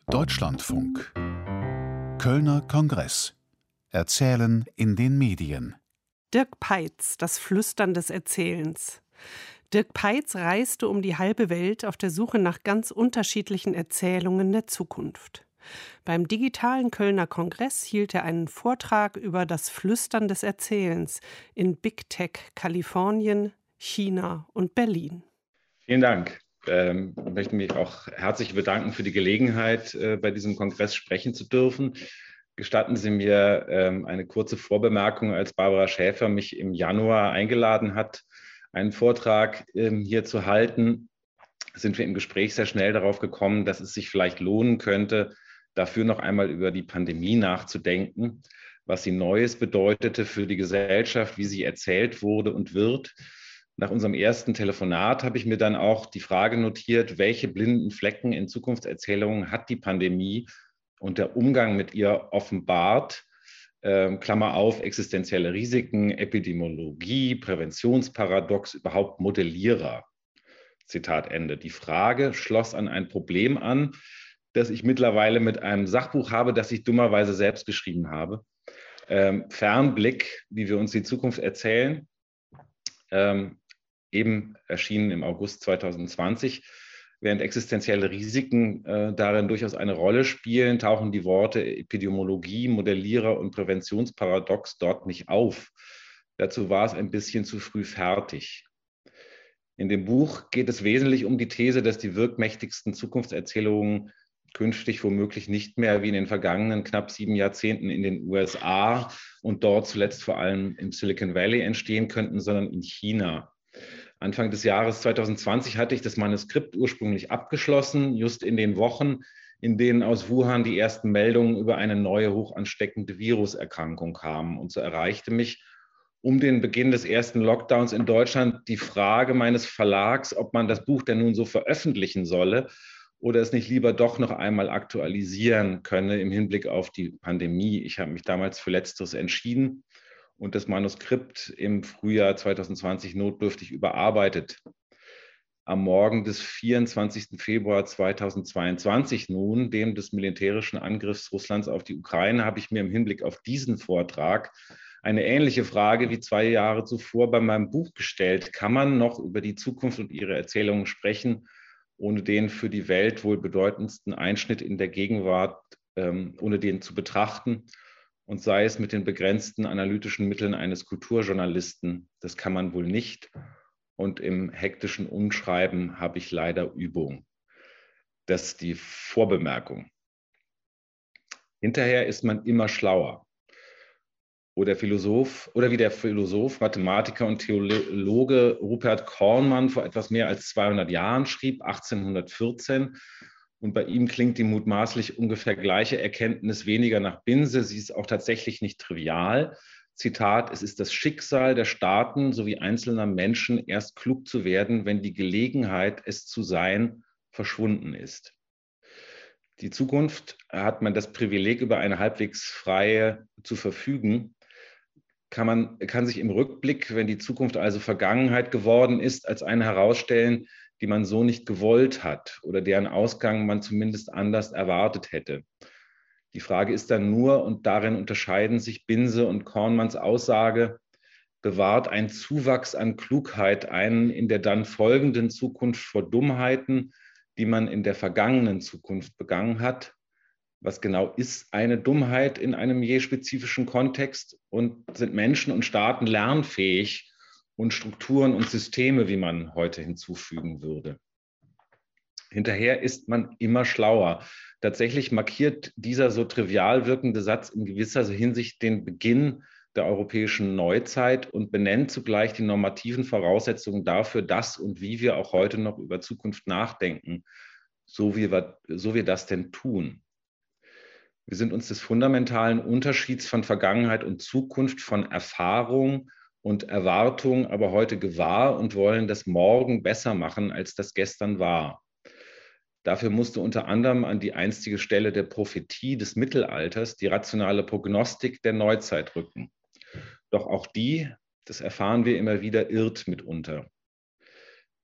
Deutschlandfunk. Kölner Kongress. Erzählen in den Medien. Dirk Peitz, das Flüstern des Erzählens. Dirk Peitz reiste um die halbe Welt auf der Suche nach ganz unterschiedlichen Erzählungen der Zukunft. Beim digitalen Kölner Kongress hielt er einen Vortrag über das Flüstern des Erzählens in Big Tech Kalifornien, China und Berlin. Vielen Dank. Ich möchte mich auch herzlich bedanken für die Gelegenheit, bei diesem Kongress sprechen zu dürfen. Gestatten Sie mir eine kurze Vorbemerkung, als Barbara Schäfer mich im Januar eingeladen hat, einen Vortrag hier zu halten, sind wir im Gespräch sehr schnell darauf gekommen, dass es sich vielleicht lohnen könnte, dafür noch einmal über die Pandemie nachzudenken, was sie Neues bedeutete für die Gesellschaft, wie sie erzählt wurde und wird. Nach unserem ersten Telefonat habe ich mir dann auch die Frage notiert, welche blinden Flecken in Zukunftserzählungen hat die Pandemie und der Umgang mit ihr offenbart, Klammer auf, existenzielle Risiken, Epidemiologie, Präventionsparadox, überhaupt Modellierer. Zitat Ende. Die Frage schloss an ein Problem an, das ich mittlerweile mit einem Sachbuch habe, das ich dummerweise selbst geschrieben habe. Fernblick, wie wir uns die Zukunft erzählen, eben erschienen im August 2020. Während existenzielle Risiken darin durchaus eine Rolle spielen, tauchen die Worte Epidemiologie, Modellierer und Präventionsparadox dort nicht auf. Dazu war es ein bisschen zu früh fertig. In dem Buch geht es wesentlich um die These, dass die wirkmächtigsten Zukunftserzählungen künftig womöglich nicht mehr wie in den vergangenen knapp 7 Jahrzehnten in den USA und dort zuletzt vor allem im Silicon Valley entstehen könnten, sondern in China. Anfang des Jahres 2020 hatte ich das Manuskript ursprünglich abgeschlossen, just in den Wochen, in denen aus Wuhan die ersten Meldungen über eine neue hochansteckende Viruserkrankung kamen. Und so erreichte mich um den Beginn des ersten Lockdowns in Deutschland die Frage meines Verlags, ob man das Buch denn nun so veröffentlichen solle oder es nicht lieber doch noch einmal aktualisieren könne im Hinblick auf die Pandemie. Ich habe mich damals für Letzteres entschieden und das Manuskript im Frühjahr 2020 notdürftig überarbeitet. Am Morgen des 24. Februar 2022 nun, dem des militärischen Angriffs Russlands auf die Ukraine, habe ich mir im Hinblick auf diesen Vortrag eine ähnliche Frage wie 2 Jahre zuvor bei meinem Buch gestellt. Kann man noch über die Zukunft und ihre Erzählungen sprechen, ohne den für die Welt wohl bedeutendsten Einschnitt in der Gegenwart, ohne den zu betrachten? Und sei es mit den begrenzten analytischen Mitteln eines Kulturjournalisten. Das kann man wohl nicht. Und im hektischen Umschreiben habe ich leider Übung. Das ist die Vorbemerkung. Hinterher ist man immer schlauer. Oder wie der Philosoph, Mathematiker und Theologe Rupert Kornmann vor etwas mehr als 200 Jahren schrieb, 1814, und bei ihm klingt die mutmaßlich ungefähr gleiche Erkenntnis weniger nach Binse. Sie ist auch tatsächlich nicht trivial. Zitat: Es ist das Schicksal der Staaten sowie einzelner Menschen, erst klug zu werden, wenn die Gelegenheit, es zu sein, verschwunden ist. Die Zukunft hat man das Privileg, über eine halbwegs freie zu verfügen. Kann sich im Rückblick, wenn die Zukunft also Vergangenheit geworden ist, als eine herausstellen, die man so nicht gewollt hat oder deren Ausgang man zumindest anders erwartet hätte. Die Frage ist dann nur, und darin unterscheiden sich Binse und Kornmanns Aussage, bewahrt ein Zuwachs an Klugheit einen in der dann folgenden Zukunft vor Dummheiten, die man in der vergangenen Zukunft begangen hat? Was genau ist eine Dummheit in einem je spezifischen Kontext? Und sind Menschen und Staaten lernfähig und Strukturen und Systeme, wie man heute hinzufügen würde? Hinterher ist man immer schlauer. Tatsächlich markiert dieser so trivial wirkende Satz in gewisser Hinsicht den Beginn der europäischen Neuzeit und benennt zugleich die normativen Voraussetzungen dafür, dass und wie wir auch heute noch über Zukunft nachdenken, so wie wir das denn tun. Wir sind uns des fundamentalen Unterschieds von Vergangenheit und Zukunft, von Erfahrung und Erwartung aber heute gewahr und wollen das Morgen besser machen, als das gestern war. Dafür musste unter anderem an die einstige Stelle der Prophetie des Mittelalters die rationale Prognostik der Neuzeit rücken. Doch auch die, das erfahren wir immer wieder, irrt mitunter.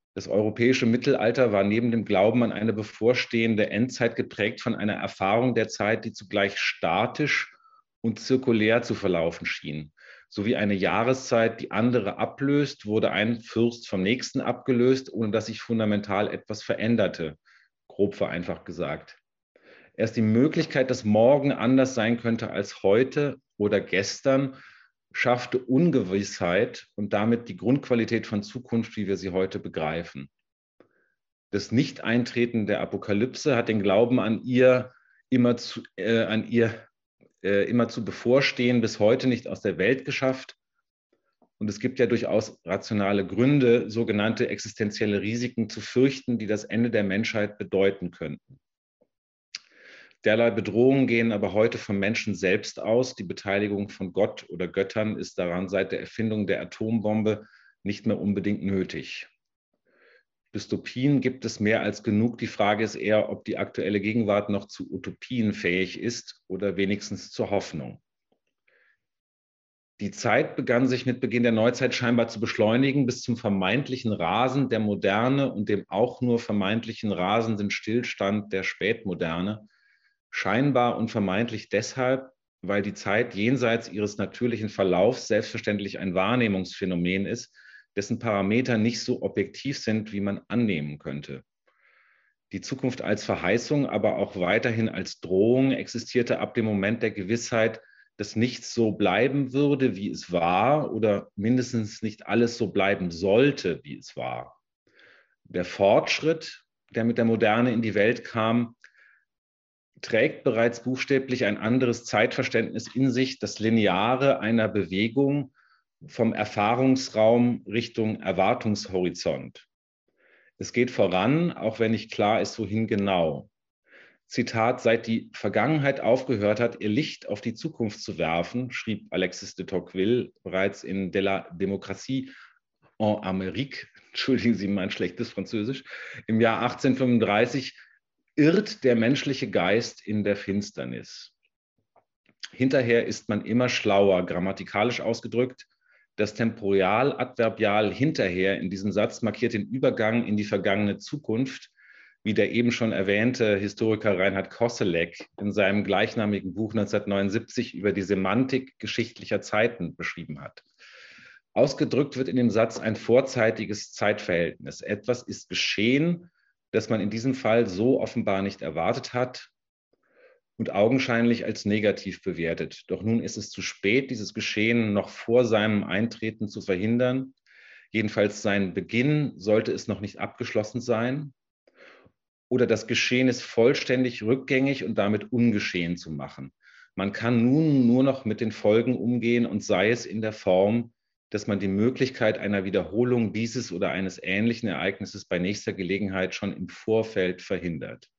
Das europäische Mittelalter war neben dem Glauben an eine bevorstehende Endzeit geprägt von einer Erfahrung der Zeit, die zugleich statisch und zirkulär zu verlaufen schien. So wie eine Jahreszeit die andere ablöst, wurde ein Fürst vom nächsten abgelöst, ohne dass sich fundamental etwas veränderte, grob vereinfacht gesagt. Erst die Möglichkeit, dass morgen anders sein könnte als heute oder gestern, schaffte Ungewissheit und damit die Grundqualität von Zukunft, wie wir sie heute begreifen. Das Nicht-Eintreten der Apokalypse hat den Glauben an ihr immer zu bevorstehen bis heute nicht aus der Welt geschafft. Und es gibt ja durchaus rationale Gründe, sogenannte existenzielle Risiken zu fürchten, die das Ende der Menschheit bedeuten könnten. Derlei Bedrohungen gehen aber heute vom Menschen selbst aus. Die Beteiligung von Gott oder Göttern ist daran seit der Erfindung der Atombombe nicht mehr unbedingt nötig. Dystopien gibt es mehr als genug. Die Frage ist eher, ob die aktuelle Gegenwart noch zu Utopien fähig ist oder wenigstens zur Hoffnung. Die Zeit begann sich mit Beginn der Neuzeit scheinbar zu beschleunigen bis zum vermeintlichen Rasen der Moderne und dem auch nur vermeintlichen rasenden Stillstand der Spätmoderne. Scheinbar und vermeintlich deshalb, weil die Zeit jenseits ihres natürlichen Verlaufs selbstverständlich ein Wahrnehmungsphänomen ist, dessen Parameter nicht so objektiv sind, wie man annehmen könnte. Die Zukunft als Verheißung, aber auch weiterhin als Drohung existierte ab dem Moment der Gewissheit, dass nichts so bleiben würde, wie es war, oder mindestens nicht alles so bleiben sollte, wie es war. Der Fortschritt, der mit der Moderne in die Welt kam, trägt bereits buchstäblich ein anderes Zeitverständnis in sich, das Lineare einer Bewegung vom Erfahrungsraum Richtung Erwartungshorizont. Es geht voran, auch wenn nicht klar ist, wohin genau. Zitat: Seit die Vergangenheit aufgehört hat, ihr Licht auf die Zukunft zu werfen, schrieb Alexis de Tocqueville bereits in De la Démocratie en Amérique, entschuldigen Sie mein schlechtes Französisch, im Jahr 1835, irrt der menschliche Geist in der Finsternis. Hinterher ist man immer schlauer, grammatikalisch ausgedrückt. Das Temporaladverbial hinterher in diesem Satz markiert den Übergang in die vergangene Zukunft, wie der eben schon erwähnte Historiker Reinhard Koselleck in seinem gleichnamigen Buch 1979 über die Semantik geschichtlicher Zeiten beschrieben hat. Ausgedrückt wird in dem Satz ein vorzeitiges Zeitverhältnis. Etwas ist geschehen, das man in diesem Fall so offenbar nicht erwartet hat und augenscheinlich als negativ bewertet. Doch nun ist es zu spät, dieses Geschehen noch vor seinem Eintreten zu verhindern. Jedenfalls sein Beginn sollte es noch nicht abgeschlossen sein. Oder das Geschehen ist vollständig rückgängig und damit ungeschehen zu machen. Man kann nun nur noch mit den Folgen umgehen und sei es in der Form, dass man die Möglichkeit einer Wiederholung dieses oder eines ähnlichen Ereignisses bei nächster Gelegenheit schon im Vorfeld verhindert.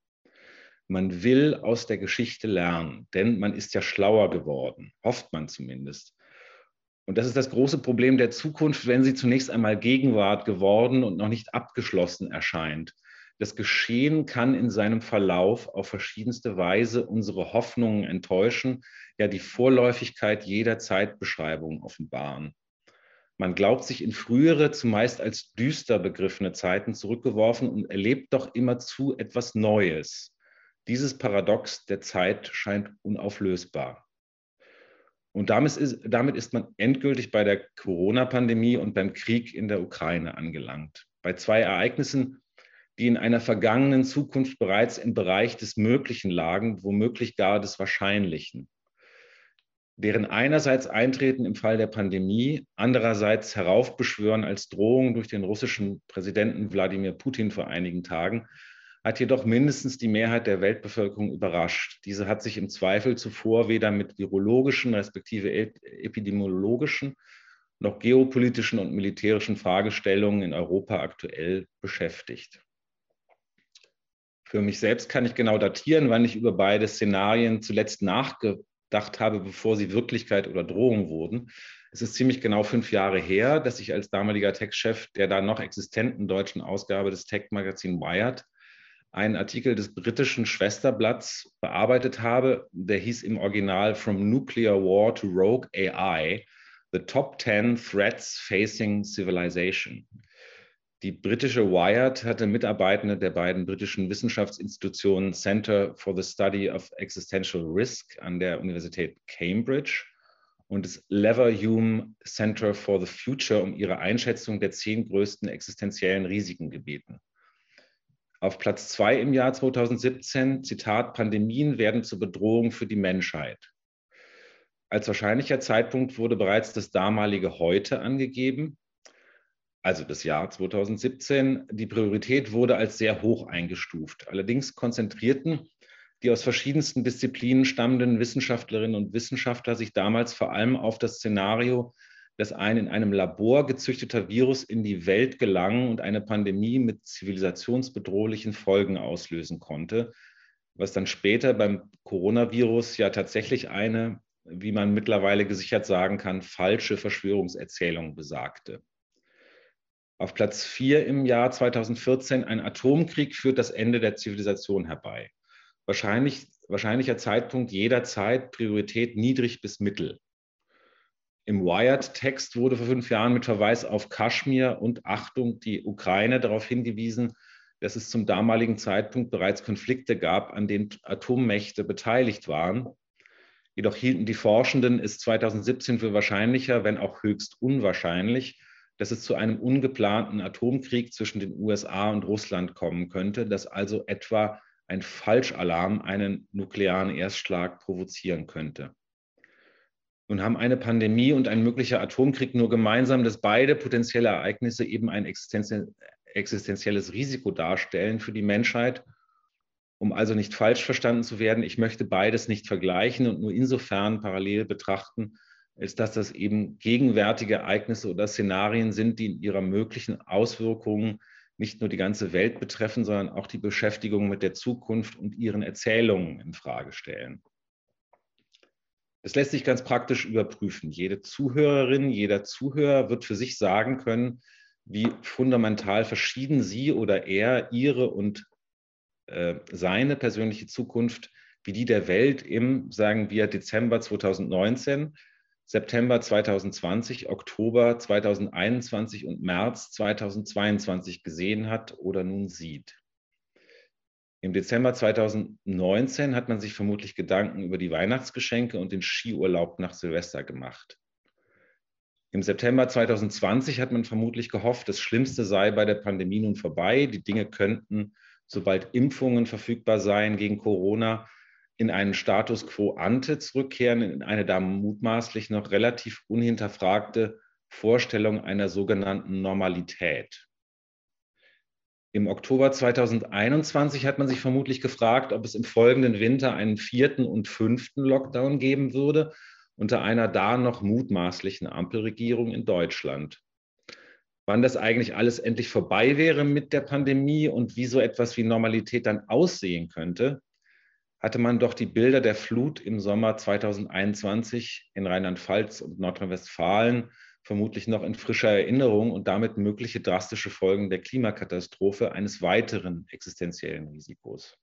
Man will aus der Geschichte lernen, denn man ist ja schlauer geworden, hofft man zumindest. Und das ist das große Problem der Zukunft, wenn sie zunächst einmal Gegenwart geworden und noch nicht abgeschlossen erscheint. Das Geschehen kann in seinem Verlauf auf verschiedenste Weise unsere Hoffnungen enttäuschen, ja die Vorläufigkeit jeder Zeitbeschreibung offenbaren. Man glaubt sich in frühere, zumeist als düster begriffene Zeiten zurückgeworfen und erlebt doch immerzu etwas Neues. Dieses Paradox der Zeit scheint unauflösbar. Und damit ist man endgültig bei der Corona-Pandemie und beim Krieg in der Ukraine angelangt. Bei zwei Ereignissen, die in einer vergangenen Zukunft bereits im Bereich des Möglichen lagen, womöglich gar des Wahrscheinlichen. Deren einerseits Eintreten im Fall der Pandemie, andererseits heraufbeschwören als Drohung durch den russischen Präsidenten Wladimir Putin vor einigen Tagen, hat jedoch mindestens die Mehrheit der Weltbevölkerung überrascht. Diese hat sich im Zweifel zuvor weder mit virologischen respektive epidemiologischen noch geopolitischen und militärischen Fragestellungen in Europa aktuell beschäftigt. Für mich selbst kann ich genau datieren, wann ich über beide Szenarien zuletzt nachgedacht habe, bevor sie Wirklichkeit oder Drohung wurden. Es ist ziemlich genau 5 Jahre her, dass ich als damaliger Tech-Chef der da noch existenten deutschen Ausgabe des Tech-Magazin Wired einen Artikel des britischen Schwesterblatts bearbeitet habe, der hieß im Original From Nuclear War to Rogue AI, The Top 10 Threats Facing Civilization. Die britische Wired hatte Mitarbeitende der beiden britischen Wissenschaftsinstitutionen Center for the Study of Existential Risk an der Universität Cambridge und das Leverhulme Center for the Future um ihre Einschätzung der 10 größten existenziellen Risiken gebeten. Auf Platz 2 im Jahr 2017, Zitat, Pandemien werden zur Bedrohung für die Menschheit. Als wahrscheinlicher Zeitpunkt wurde bereits das damalige Heute angegeben, also das Jahr 2017. Die Priorität wurde als sehr hoch eingestuft. Allerdings konzentrierten die aus verschiedensten Disziplinen stammenden Wissenschaftlerinnen und Wissenschaftler sich damals vor allem auf das Szenario, dass ein in einem Labor gezüchteter Virus in die Welt gelangen und eine Pandemie mit zivilisationsbedrohlichen Folgen auslösen konnte, was dann später beim Coronavirus ja tatsächlich eine, wie man mittlerweile gesichert sagen kann, falsche Verschwörungserzählung besagte. Auf Platz 4 im Jahr 2014, ein Atomkrieg führt das Ende der Zivilisation herbei. Wahrscheinlicher Zeitpunkt jederzeit, Priorität niedrig bis mittel. Im Wired-Text wurde vor 5 Jahren mit Verweis auf Kaschmir und Achtung die Ukraine darauf hingewiesen, dass es zum damaligen Zeitpunkt bereits Konflikte gab, an denen Atommächte beteiligt waren. Jedoch hielten die Forschenden es 2017 für wahrscheinlicher, wenn auch höchst unwahrscheinlich, dass es zu einem ungeplanten Atomkrieg zwischen den USA und Russland kommen könnte, dass also etwa ein Falschalarm einen nuklearen Erstschlag provozieren könnte. Nun haben eine Pandemie und ein möglicher Atomkrieg nur gemeinsam, dass beide potenzielle Ereignisse eben ein existenzielles Risiko darstellen für die Menschheit. Um also nicht falsch verstanden zu werden, ich möchte beides nicht vergleichen und nur insofern parallel betrachten, als dass das eben gegenwärtige Ereignisse oder Szenarien sind, die in ihrer möglichen Auswirkungen nicht nur die ganze Welt betreffen, sondern auch die Beschäftigung mit der Zukunft und ihren Erzählungen in Frage stellen. Das lässt sich ganz praktisch überprüfen. Jede Zuhörerin, jeder Zuhörer wird für sich sagen können, wie fundamental verschieden sie oder er ihre und seine persönliche Zukunft, wie die der Welt im, sagen wir, Dezember 2019, September 2020, Oktober 2021 und März 2022 gesehen hat oder nun sieht. Im Dezember 2019 hat man sich vermutlich Gedanken über die Weihnachtsgeschenke und den Skiurlaub nach Silvester gemacht. Im September 2020 hat man vermutlich gehofft, das Schlimmste sei bei der Pandemie nun vorbei. Die Dinge könnten, sobald Impfungen verfügbar seien gegen Corona, in einen Status quo ante zurückkehren, in eine da mutmaßlich noch relativ unhinterfragte Vorstellung einer sogenannten Normalität. Im Oktober 2021 hat man sich vermutlich gefragt, ob es im folgenden Winter einen 4. und 5. Lockdown geben würde, unter einer da noch mutmaßlichen Ampelregierung in Deutschland. Wann das eigentlich alles endlich vorbei wäre mit der Pandemie und wie so etwas wie Normalität dann aussehen könnte, hatte man doch die Bilder der Flut im Sommer 2021 in Rheinland-Pfalz und Nordrhein-Westfalen vermutlich noch in frischer Erinnerung und damit mögliche drastische Folgen der Klimakatastrophe eines weiteren existenziellen Risikos.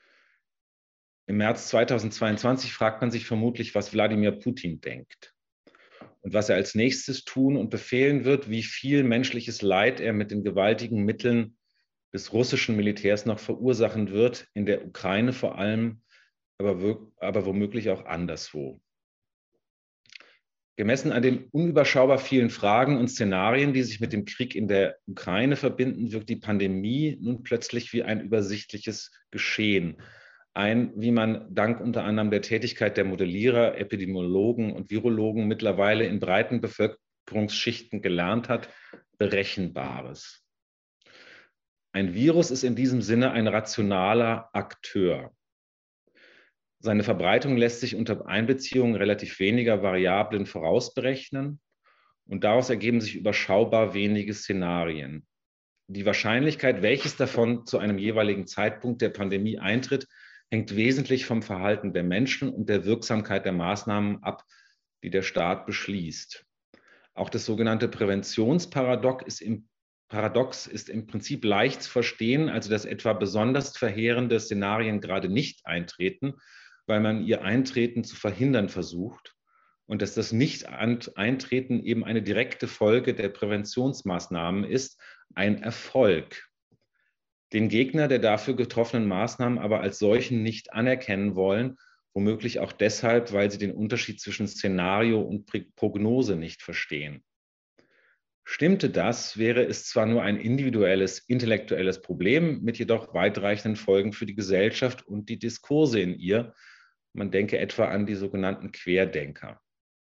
Im März 2022 fragt man sich vermutlich, was Wladimir Putin denkt und was er als nächstes tun und befehlen wird, wie viel menschliches Leid er mit den gewaltigen Mitteln des russischen Militärs noch verursachen wird, in der Ukraine vor allem, aber womöglich auch anderswo. Gemessen an den unüberschaubar vielen Fragen und Szenarien, die sich mit dem Krieg in der Ukraine verbinden, wirkt die Pandemie nun plötzlich wie ein übersichtliches Geschehen. Ein, wie man dank unter anderem der Tätigkeit der Modellierer, Epidemiologen und Virologen mittlerweile in breiten Bevölkerungsschichten gelernt hat, berechenbares. Ein Virus ist in diesem Sinne ein rationaler Akteur. Seine Verbreitung lässt sich unter Einbeziehung relativ weniger Variablen vorausberechnen und daraus ergeben sich überschaubar wenige Szenarien. Die Wahrscheinlichkeit, welches davon zu einem jeweiligen Zeitpunkt der Pandemie eintritt, hängt wesentlich vom Verhalten der Menschen und der Wirksamkeit der Maßnahmen ab, die der Staat beschließt. Auch das sogenannte Präventionsparadox ist im Prinzip leicht zu verstehen, also dass etwa besonders verheerende Szenarien gerade nicht eintreten, weil man ihr Eintreten zu verhindern versucht und dass das Nicht-Eintreten eben eine direkte Folge der Präventionsmaßnahmen ist, ein Erfolg. Den Gegner der dafür getroffenen Maßnahmen aber als solchen nicht anerkennen wollen, womöglich auch deshalb, weil sie den Unterschied zwischen Szenario und Prognose nicht verstehen. Stimmte das, wäre es zwar nur ein individuelles, intellektuelles Problem mit jedoch weitreichenden Folgen für die Gesellschaft und die Diskurse in ihr. Man denke etwa an die sogenannten Querdenker.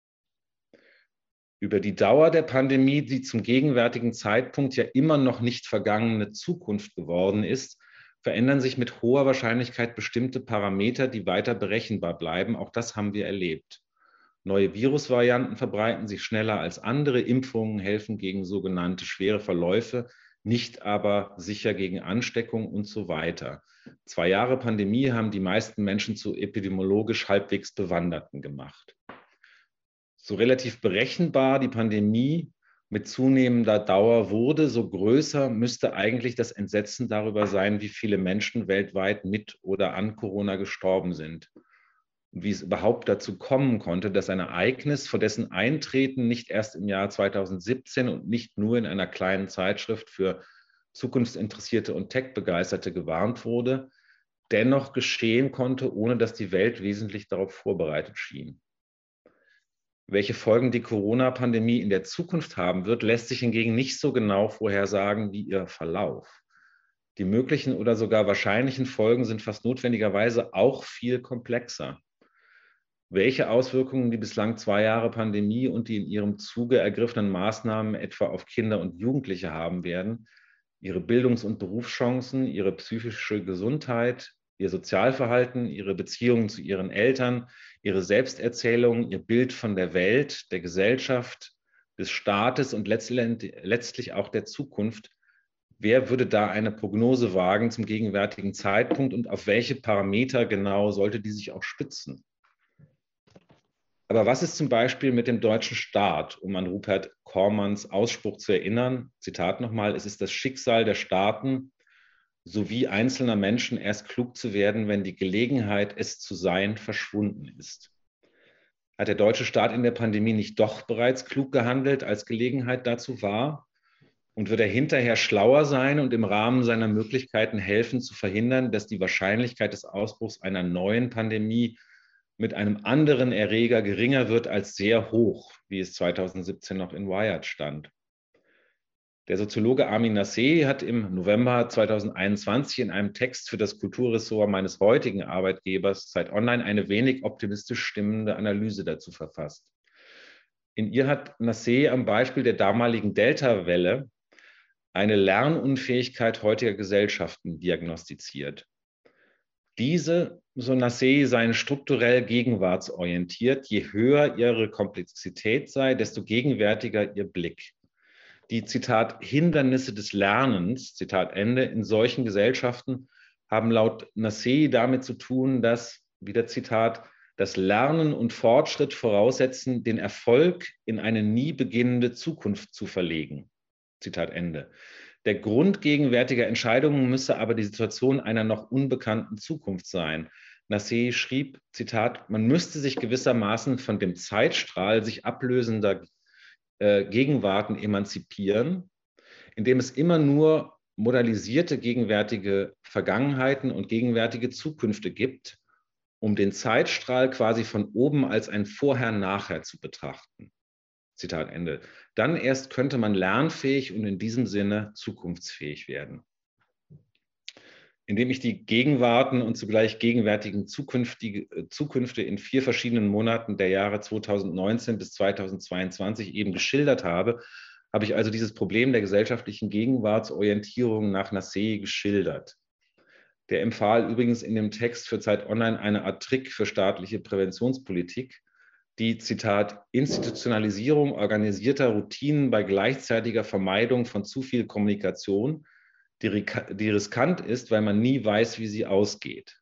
Über die Dauer der Pandemie, die zum gegenwärtigen Zeitpunkt ja immer noch nicht vergangene Zukunft geworden ist, verändern sich mit hoher Wahrscheinlichkeit bestimmte Parameter, die weiter berechenbar bleiben. Auch das haben wir erlebt. Neue Virusvarianten verbreiten sich schneller als andere. Impfungen helfen gegen sogenannte schwere Verläufe, nicht aber sicher gegen Ansteckung und so weiter. 2 Jahre Pandemie haben die meisten Menschen zu epidemiologisch halbwegs Bewanderten gemacht. So relativ berechenbar die Pandemie mit zunehmender Dauer wurde, so größer müsste eigentlich das Entsetzen darüber sein, wie viele Menschen weltweit mit oder an Corona gestorben sind. Und wie es überhaupt dazu kommen konnte, dass ein Ereignis, vor dessen Eintreten nicht erst im Jahr 2017 und nicht nur in einer kleinen Zeitschrift für Zukunftsinteressierte und Tech-Begeisterte gewarnt wurde, dennoch geschehen konnte, ohne dass die Welt wesentlich darauf vorbereitet schien. Welche Folgen die Corona-Pandemie in der Zukunft haben wird, lässt sich hingegen nicht so genau vorhersagen wie ihr Verlauf. Die möglichen oder sogar wahrscheinlichen Folgen sind fast notwendigerweise auch viel komplexer. Welche Auswirkungen die bislang 2 Jahre Pandemie und die in ihrem Zuge ergriffenen Maßnahmen etwa auf Kinder und Jugendliche haben werden, ihre Bildungs- und Berufschancen, ihre psychische Gesundheit, ihr Sozialverhalten, ihre Beziehungen zu ihren Eltern, ihre Selbsterzählung, ihr Bild von der Welt, der Gesellschaft, des Staates und letztlich auch der Zukunft. Wer würde da eine Prognose wagen zum gegenwärtigen Zeitpunkt und auf welche Parameter genau sollte die sich auch stützen? Aber was ist zum Beispiel mit dem deutschen Staat, um an Rupert Cormans Ausspruch zu erinnern? Zitat nochmal: Es ist das Schicksal der Staaten sowie einzelner Menschen, erst klug zu werden, wenn die Gelegenheit, es zu sein, verschwunden ist. Hat der deutsche Staat in der Pandemie nicht doch bereits klug gehandelt, als Gelegenheit dazu war? Und wird er hinterher schlauer sein und im Rahmen seiner Möglichkeiten helfen, zu verhindern, dass die Wahrscheinlichkeit des Ausbruchs einer neuen Pandemie mit einem anderen Erreger geringer wird als sehr hoch, wie es 2017 noch in Wired stand? Der Soziologe Armin Nassé hat im November 2021 in einem Text für das Kulturressort meines heutigen Arbeitgebers Zeit Online eine wenig optimistisch stimmende Analyse dazu verfasst. In ihr hat Nassé am Beispiel der damaligen Delta-Welle eine Lernunfähigkeit heutiger Gesellschaften diagnostiziert. Diese, so Nassé, seien strukturell gegenwartsorientiert. Je höher ihre Komplexität sei, desto gegenwärtiger ihr Blick. Die, Zitat, Hindernisse des Lernens, Zitat Ende, in solchen Gesellschaften haben laut Nassé damit zu tun, dass, wieder Zitat, das Lernen und Fortschritt voraussetzen, den Erfolg in eine nie beginnende Zukunft zu verlegen. Zitat Ende. Der Grund gegenwärtiger Entscheidungen müsse aber die Situation einer noch unbekannten Zukunft sein. Nassé schrieb, Zitat, man müsste sich gewissermaßen von dem Zeitstrahl sich ablösender Gegenwarten emanzipieren, indem es immer nur modalisierte gegenwärtige Vergangenheiten und gegenwärtige Zukünfte gibt, um den Zeitstrahl quasi von oben als ein Vorher-Nachher zu betrachten. Zitat Ende. Dann erst könnte man lernfähig und in diesem Sinne zukunftsfähig werden. Indem ich die Gegenwarten und zugleich gegenwärtigen Zukünfte in 4 verschiedenen Monaten der Jahre 2019 bis 2022 eben geschildert habe, habe ich also dieses Problem der gesellschaftlichen Gegenwartsorientierung nach Nassé geschildert. Der empfahl übrigens in dem Text für Zeit Online eine Art Trick für staatliche Präventionspolitik, die, Zitat, Institutionalisierung organisierter Routinen bei gleichzeitiger Vermeidung von zu viel Kommunikation, die riskant ist, weil man nie weiß, wie sie ausgeht.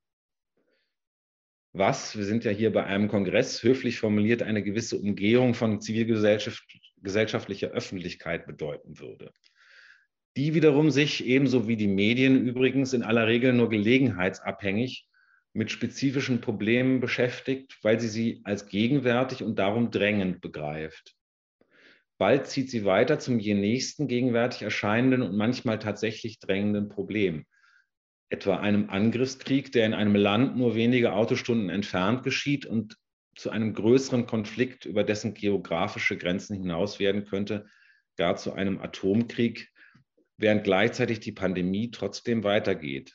Was, wir sind ja hier bei einem Kongress, höflich formuliert, eine gewisse Umgehung von zivilgesellschaftlicher Öffentlichkeit bedeuten würde. Die wiederum sich, ebenso wie die Medien übrigens, in aller Regel nur gelegenheitsabhängig mit spezifischen Problemen beschäftigt, weil sie als gegenwärtig und darum drängend begreift. Bald zieht sie weiter zum je nächsten gegenwärtig erscheinenden und manchmal tatsächlich drängenden Problem. Etwa einem Angriffskrieg, der in einem Land nur wenige Autostunden entfernt geschieht und zu einem größeren Konflikt über dessen geografische Grenzen hinaus werden könnte, gar zu einem Atomkrieg, während gleichzeitig die Pandemie trotzdem weitergeht.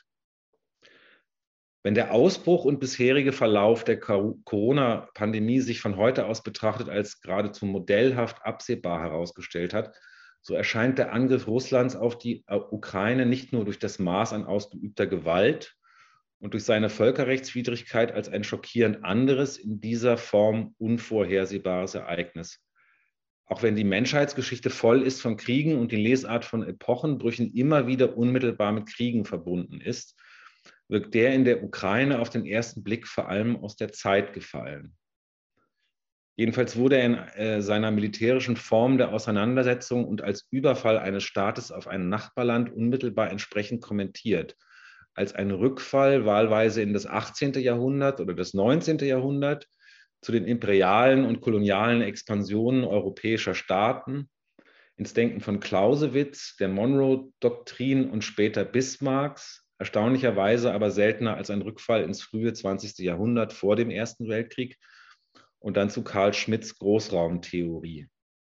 Wenn der Ausbruch und bisherige Verlauf der Corona-Pandemie sich von heute aus betrachtet als geradezu modellhaft absehbar herausgestellt hat, so erscheint der Angriff Russlands auf die Ukraine nicht nur durch das Maß an ausgeübter Gewalt und durch seine Völkerrechtswidrigkeit als ein schockierend anderes, in dieser Form unvorhersehbares Ereignis. Auch wenn die Menschheitsgeschichte voll ist von Kriegen und die Lesart von Epochenbrüchen immer wieder unmittelbar mit Kriegen verbunden ist, wirkt der in der Ukraine auf den ersten Blick vor allem aus der Zeit gefallen. Jedenfalls wurde er in seiner militärischen Form der Auseinandersetzung und als Überfall eines Staates auf ein Nachbarland unmittelbar entsprechend kommentiert, als ein Rückfall wahlweise in das 18. Jahrhundert oder das 19. Jahrhundert, zu den imperialen und kolonialen Expansionen europäischer Staaten, ins Denken von Clausewitz, der Monroe-Doktrin und später Bismarcks, erstaunlicherweise aber seltener als ein Rückfall ins frühe 20. Jahrhundert vor dem Ersten Weltkrieg und dann zu Carl Schmitts Großraumtheorie.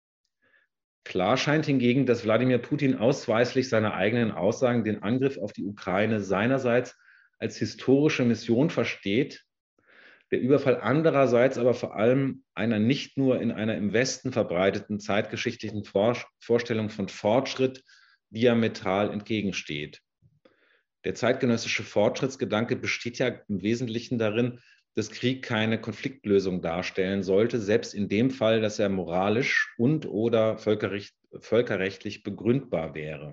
Klar scheint hingegen, dass Wladimir Putin ausweislich seiner eigenen Aussagen den Angriff auf die Ukraine seinerseits als historische Mission versteht, der Überfall andererseits aber vor allem einer nicht nur in einer im Westen verbreiteten zeitgeschichtlichen Vorstellung von Fortschritt diametral entgegensteht. Der zeitgenössische Fortschrittsgedanke besteht ja im Wesentlichen darin, dass Krieg keine Konfliktlösung darstellen sollte, selbst in dem Fall, dass er moralisch und/oder völkerrechtlich begründbar wäre.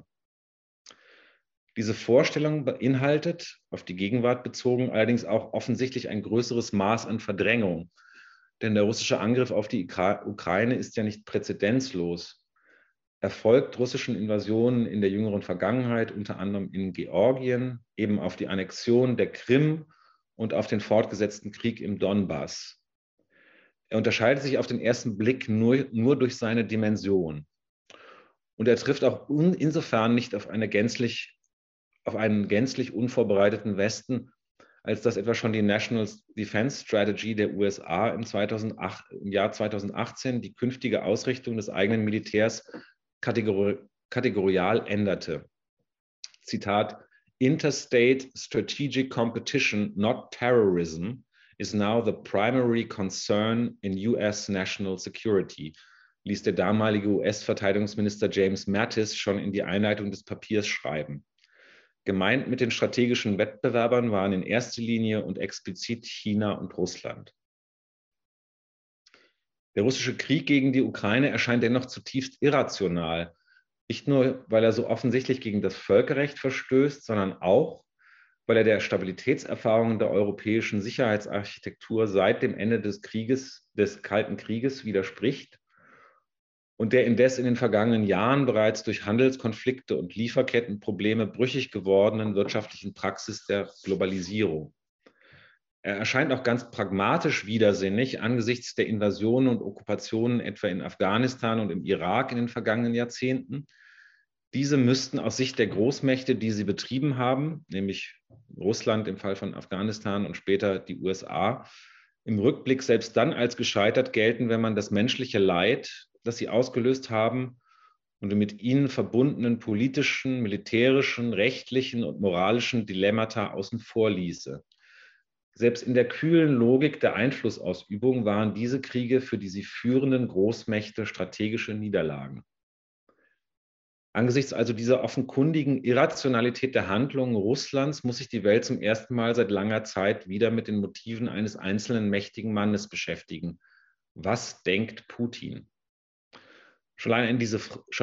Diese Vorstellung beinhaltet, auf die Gegenwart bezogen, allerdings auch offensichtlich ein größeres Maß an Verdrängung. Denn der russische Angriff auf die Ukraine ist ja nicht präzedenzlos. Er folgt russischen Invasionen in der jüngeren Vergangenheit, unter anderem in Georgien, eben auf die Annexion der Krim und auf den fortgesetzten Krieg im Donbass. Er unterscheidet sich auf den ersten Blick nur durch seine Dimension. Und er trifft auch insofern nicht auf einen gänzlich unvorbereiteten Westen, als dass etwa schon die National Defense Strategy der USA im Jahr 2018 die künftige Ausrichtung des eigenen Militärs kategorial änderte. Zitat: Interstate strategic competition, not terrorism, is now the primary concern in US national security, ließ der damalige US-Verteidigungsminister James Mattis schon in die Einleitung des Papiers schreiben. Gemeint mit den strategischen Wettbewerbern waren in erster Linie und explizit China und Russland. Der russische Krieg gegen die Ukraine erscheint dennoch zutiefst irrational. Nicht nur, weil er so offensichtlich gegen das Völkerrecht verstößt, sondern auch, weil er der Stabilitätserfahrung der europäischen Sicherheitsarchitektur seit dem Ende des Kalten Krieges widerspricht und der indes in den vergangenen Jahren bereits durch Handelskonflikte und Lieferkettenprobleme brüchig gewordenen wirtschaftlichen Praxis der Globalisierung. Er erscheint auch ganz pragmatisch widersinnig angesichts der Invasionen und Okkupationen etwa in Afghanistan und im Irak in den vergangenen Jahrzehnten. Diese müssten aus Sicht der Großmächte, die sie betrieben haben, nämlich Russland im Fall von Afghanistan und später die USA, im Rückblick selbst dann als gescheitert gelten, wenn man das menschliche Leid, das sie ausgelöst haben, und die mit ihnen verbundenen politischen, militärischen, rechtlichen und moralischen Dilemmata außen vor ließe. Selbst in der kühlen Logik der Einflussausübung waren diese Kriege für die sie führenden Großmächte strategische Niederlagen. Angesichts also dieser offenkundigen Irrationalität der Handlungen Russlands muss sich die Welt zum ersten Mal seit langer Zeit wieder mit den Motiven eines einzelnen mächtigen Mannes beschäftigen. Was denkt Putin? Schon allein diese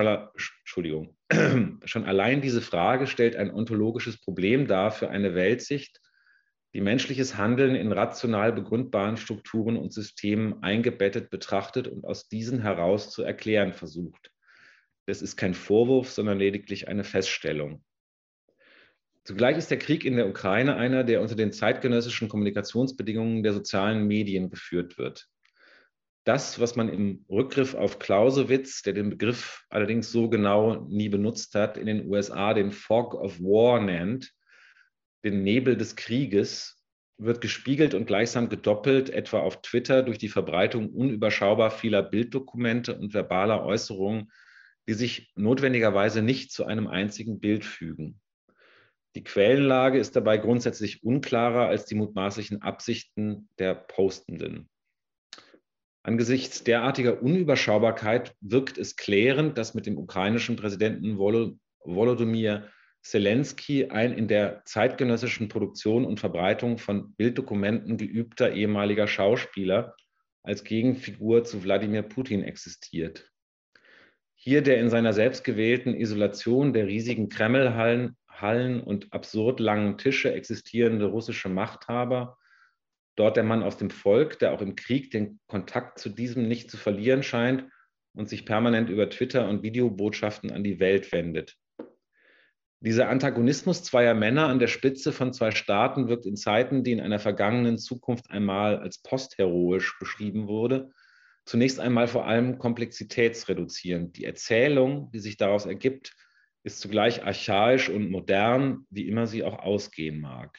Frage stellt ein ontologisches Problem dar für eine Weltsicht, die menschliches Handeln in rational begründbaren Strukturen und Systemen eingebettet betrachtet und aus diesen heraus zu erklären versucht. Das ist kein Vorwurf, sondern lediglich eine Feststellung. Zugleich ist der Krieg in der Ukraine einer, der unter den zeitgenössischen Kommunikationsbedingungen der sozialen Medien geführt wird. Das, was man im Rückgriff auf Clausewitz, der den Begriff allerdings so genau nie benutzt hat, in den USA den Fog of War nennt, den Nebel des Krieges, wird gespiegelt und gleichsam gedoppelt, etwa auf Twitter, durch die Verbreitung unüberschaubar vieler Bilddokumente und verbaler Äußerungen, die sich notwendigerweise nicht zu einem einzigen Bild fügen. Die Quellenlage ist dabei grundsätzlich unklarer als die mutmaßlichen Absichten der Postenden. Angesichts derartiger Unüberschaubarkeit wirkt es klärend, dass mit dem ukrainischen Präsidenten Volodymyr Zelensky ein in der zeitgenössischen Produktion und Verbreitung von Bilddokumenten geübter ehemaliger Schauspieler als Gegenfigur zu Wladimir Putin existiert. Hier der in seiner selbstgewählten Isolation der riesigen Kremlhallen und absurd langen Tische existierende russische Machthaber, dort der Mann aus dem Volk, der auch im Krieg den Kontakt zu diesem nicht zu verlieren scheint und sich permanent über Twitter und Videobotschaften an die Welt wendet. Dieser Antagonismus zweier Männer an der Spitze von zwei Staaten wirkt in Zeiten, die in einer vergangenen Zukunft einmal als postheroisch beschrieben wurde, zunächst einmal vor allem komplexitätsreduzierend. Die Erzählung, die sich daraus ergibt, ist zugleich archaisch und modern, wie immer sie auch ausgehen mag.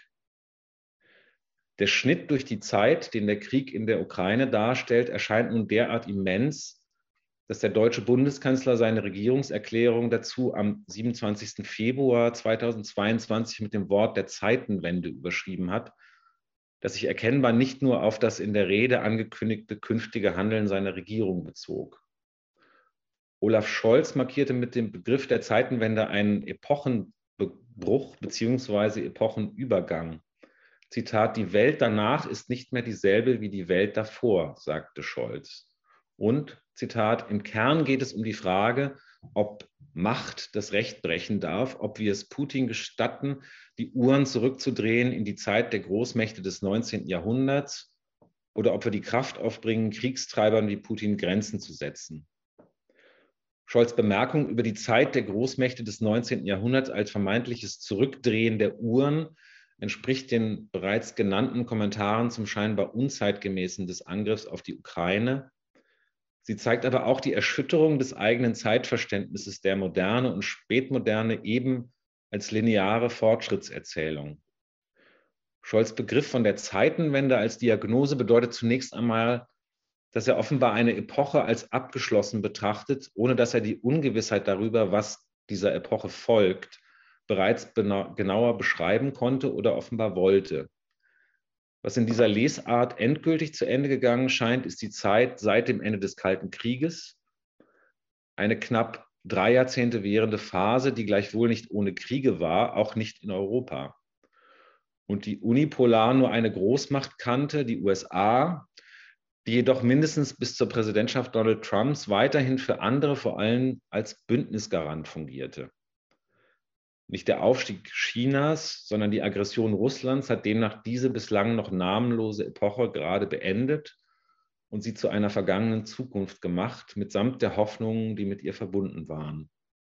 Der Schnitt durch die Zeit, den der Krieg in der Ukraine darstellt, erscheint nun derart immens, dass der deutsche Bundeskanzler seine Regierungserklärung dazu am 27. Februar 2022 mit dem Wort der Zeitenwende überschrieben hat, das sich erkennbar nicht nur auf das in der Rede angekündigte künftige Handeln seiner Regierung bezog. Olaf Scholz markierte mit dem Begriff der Zeitenwende einen Epochenbruch bzw. Epochenübergang. Zitat, die Welt danach ist nicht mehr dieselbe wie die Welt davor, sagte Scholz. Und, Zitat, im Kern geht es um die Frage, ob Macht das Recht brechen darf, ob wir es Putin gestatten, die Uhren zurückzudrehen in die Zeit der Großmächte des 19. Jahrhunderts oder ob wir die Kraft aufbringen, Kriegstreibern wie Putin Grenzen zu setzen. Scholz' Bemerkung über die Zeit der Großmächte des 19. Jahrhunderts als vermeintliches Zurückdrehen der Uhren entspricht den bereits genannten Kommentaren zum scheinbar unzeitgemäßen des Angriffs auf die Ukraine. Sie zeigt aber auch die Erschütterung des eigenen Zeitverständnisses der Moderne und Spätmoderne eben als lineare Fortschrittserzählung. Scholz' Begriff von der Zeitenwende als Diagnose bedeutet zunächst einmal, dass er offenbar eine Epoche als abgeschlossen betrachtet, ohne dass er die Ungewissheit darüber, was dieser Epoche folgt, bereits genauer beschreiben konnte oder offenbar wollte. Was in dieser Lesart endgültig zu Ende gegangen scheint, ist die Zeit seit dem Ende des Kalten Krieges, eine knapp 3 Jahrzehnte währende Phase, die gleichwohl nicht ohne Kriege war, auch nicht in Europa. Und die unipolar nur eine Großmacht kannte, die USA, die jedoch mindestens bis zur Präsidentschaft Donald Trumps weiterhin für andere vor allem als Bündnisgarant fungierte. Nicht der Aufstieg Chinas, sondern die Aggression Russlands hat demnach diese bislang noch namenlose Epoche gerade beendet und sie zu einer vergangenen Zukunft gemacht, mitsamt der Hoffnungen, die mit ihr verbunden waren.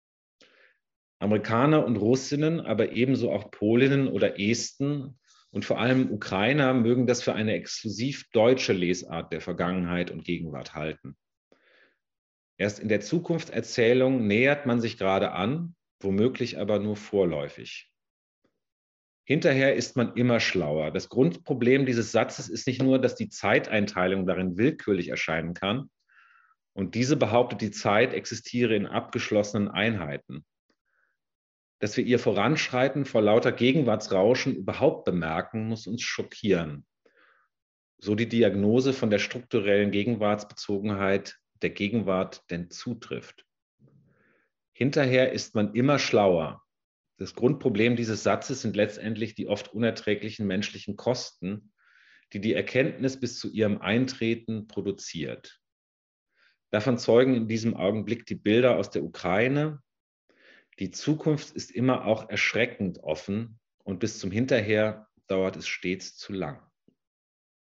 Amerikaner und Russinnen, aber ebenso auch Polinnen oder Esten und vor allem Ukrainer mögen das für eine exklusiv deutsche Lesart der Vergangenheit und Gegenwart halten. Erst in der Zukunftserzählung nähert man sich gerade an, womöglich aber nur vorläufig. Hinterher ist man immer schlauer. Das Grundproblem dieses Satzes ist nicht nur, dass die Zeiteinteilung darin willkürlich erscheinen kann und diese behauptet, die Zeit existiere in abgeschlossenen Einheiten. Dass wir ihr Voranschreiten vor lauter Gegenwartsrauschen überhaupt bemerken, muss uns schockieren. So die Diagnose von der strukturellen Gegenwartsbezogenheit der Gegenwart denn zutrifft. Hinterher ist man immer schlauer. Das Grundproblem dieses Satzes sind letztendlich die oft unerträglichen menschlichen Kosten, die die Erkenntnis bis zu ihrem Eintreten produziert. Davon zeugen in diesem Augenblick die Bilder aus der Ukraine. Die Zukunft ist immer auch erschreckend offen und bis zum Hinterher dauert es stets zu lang.